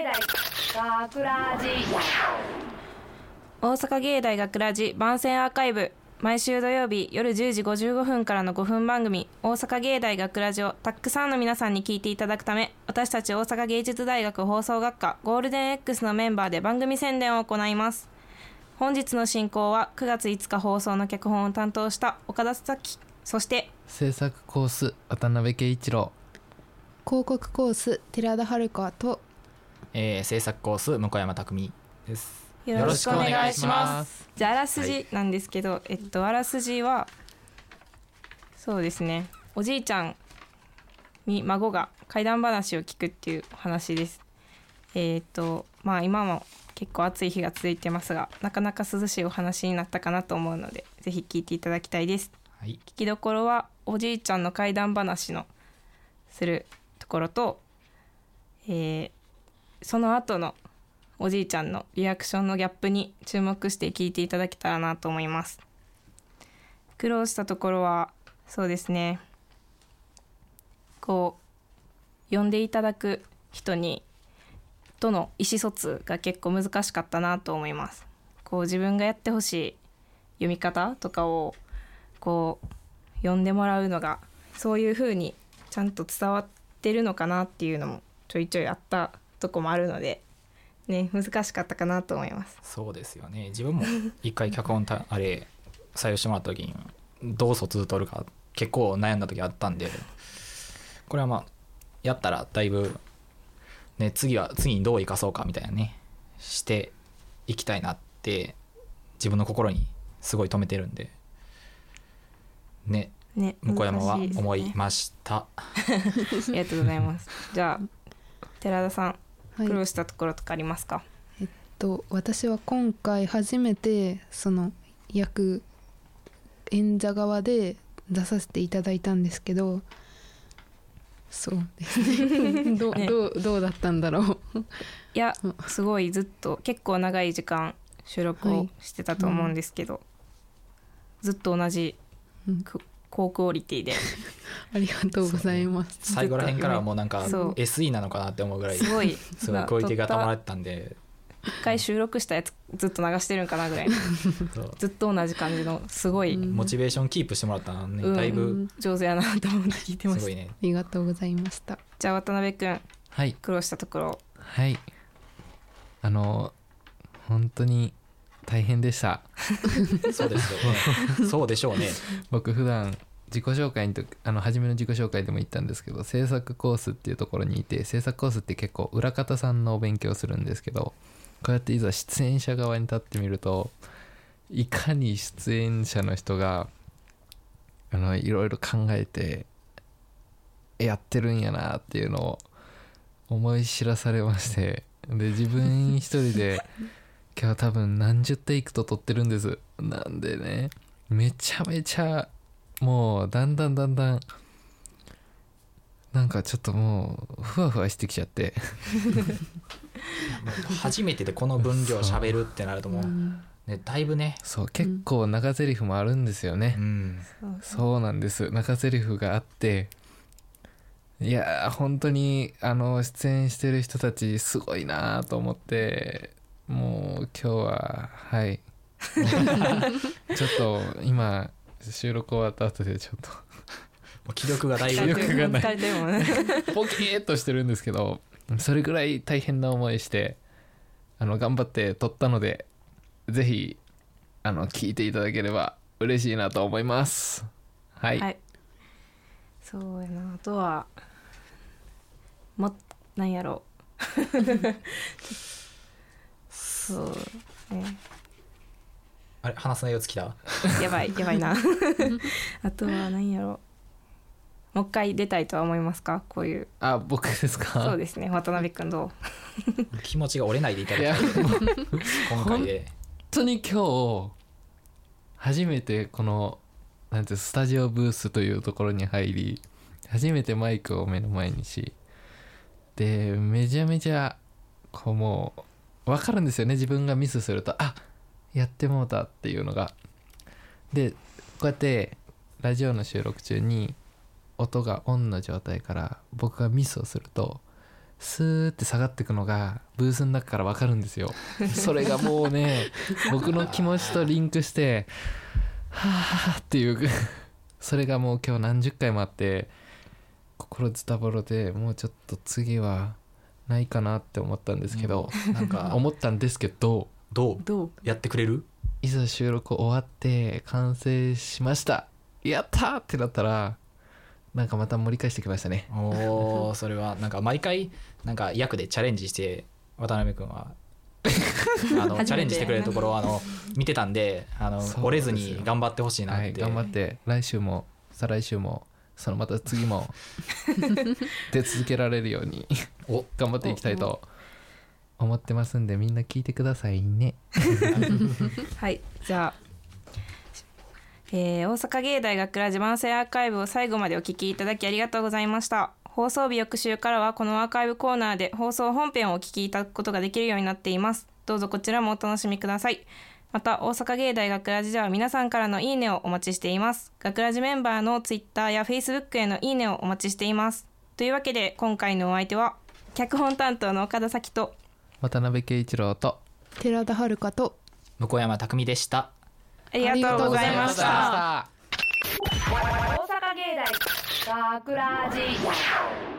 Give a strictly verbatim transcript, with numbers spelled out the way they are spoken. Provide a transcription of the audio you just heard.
学ラジ大阪芸大学ラジ番宣アーカイブ、毎週土曜日夜じゅうじごじゅうごふんからのごふん番組大阪芸大学ラジをたくさんの皆さんに聞いていただくため、私たち大阪芸術大学放送学科ゴールデン X のメンバーで番組宣伝を行います。本日の進行はくがついつか放送の脚本を担当した岡田咲、そして制作コース渡辺圭一郎、 広告コース寺田遥と、 えー、制作コース向山匠です。 よろしくお願いします。じゃああらすはじなんですけど、はい、えっとあらすじはそうですね、おじいちゃんに孫が怪談話を聞くっていう話です。えー、っとまあ今も結構暑い日が続いてますが、なかなか涼しいお話になったかなと思うので、ぜひ聞いていただきたいです。 はい、 聞きどころはおじいちゃんの怪談話のするところと、えー、その後のおじいちゃんのリアクションのギャップに注目して聞いていただけたらなと思います。苦労したところはそうですね、こう呼んでいただく人にとの意思疎通が結構難しかったなと思います。こう自分がやってほしい読み方とかをこう読んでもらうのがそういう風にちゃんと伝わってるのかなっていうのもちょいちょいあったとこもあるのでね、難しかったかなと思います。 そうですよね。自分も一回脚本たあれ採用してもらった時にどう疎通取るか結構悩んだ時あったんで、これはまあやったらだいぶね、次は次にどう生かそうかみたいなねしていきたいなって自分の心にすごい留めてるんでね、 ね、 向山は難しいですね。 思いました。 ありがとうございます。じゃあ寺田さん、 はい、 苦労したところとかありますか？ えっと私は今回初めてその役演者側で出させていただいたんですけど、そうですねど, ねど, うどうだったんだろういやすごいずっと結構長い時間収録をしてたと思うんですけど、はい、うん、ずっと同じ、うん、高クオリティでありがとうございます。 最後らへんからはもうなんか エスイー なのかなって思うぐらいすごいすごいクオリティがたまられてたんで、 一回収録したやつずっと流してるんかなぐらいずっと同じ感じのすごい、 うん、モチベーションキープしてもらったのね、うん、だいぶ上手やなと思って聞いてました。すごいね、 ありがとうございました。 じゃあ渡辺くん、 はい、 苦労したところ。 はい、あの本当に大変でしたそうですよねそうでしょうね。 僕普段自己紹介の時、あの初めの自己紹介でも言ったんですけど、制作コースっていうところにいて、制作コースって結構裏方さんのお勉強するんですけど、こうやっていざ出演者側に立ってみると、いかに出演者の人があのいろいろ考えてやってるんやなっていうのを思い知らされまして、で自分一人で今日多分何十テイクと撮ってるんです。なんでね、めちゃめちゃもうだんだんだんだんなんかちょっともうふわふわしてきちゃって初めてでこの分量喋るってなるともう、ね、だいぶね、 そう結構長台詞もあるんですよね、うん、そうなんです。長台詞があって、いや本当にあの出演してる人たちすごいなと思って、もう今日ははいちょっと今収録終わった後でちょっと気力がだいぶ気力がないポキーっとしてるんですけど、それぐらい大変な思いしてあの頑張って撮ったので、ぜひあの聞いていただければ嬉しいなと思います。はい、はい、 そうやな。あとはもなんやろそうね、 あれ話す内容尽きたやばいやばいなあとは何やろう、もう一回出たいとは思いますか？こういう。 あ、僕ですか？ そうですね、渡辺くんどう気持ちが折れないでいただきたい今回で本当に今日初めてこのなんてスタジオブースというところに入り、初めてマイクを目の前にし、でめちゃめちゃこうもう分かるんですよね、自分がミスすると、あ、やってもうたっていうのが。でこうやってラジオの収録中に音がオンの状態から僕がミスをするとスーって下がってくのがブースの中から分かるんですよ。それがもうね僕の気持ちとリンクしてはぁっていうそれがもう今日何十回もあって心ズタボロで、もうちょっと次はないかなって思ったんですけど、 うん、なんか思ったんですけどどうどうやってくれる？ いざ収録終わって完成しましたやったーってなったらなんかまた盛り返してきましたね。 おーそれはなんか毎回なんか役でチャレンジして渡辺君はあのチャレンジしてくれるところをあの見てたんで、あのそうですよ折れずに頑張ってほしいなって、 はい、頑張って来週も再来週もそのまた次も出続けられるようにお頑張っていきたいと思ってますんで、みんな聞いてくださいね。 はいじゃあ、えー大阪芸大学ラジ番宣アーカイブを最後までお聞きいただきありがとうございました。放送日翌週からはこのアーカイブコーナーで放送本編をお聞きいただくことができるようになっています。どうぞこちらもお楽しみください。また大阪芸大学ラジでは皆さんからのいいねをお待ちしています。学ラジメンバーのツイッターやフェイスブックへのいいねをお待ちしています。というわけで今回のお相手は脚本担当の岡田咲と渡辺圭一郎と寺田遥と向山匠でした。 ありがとうございました。 ありがとうございました。 大阪芸大学ラジ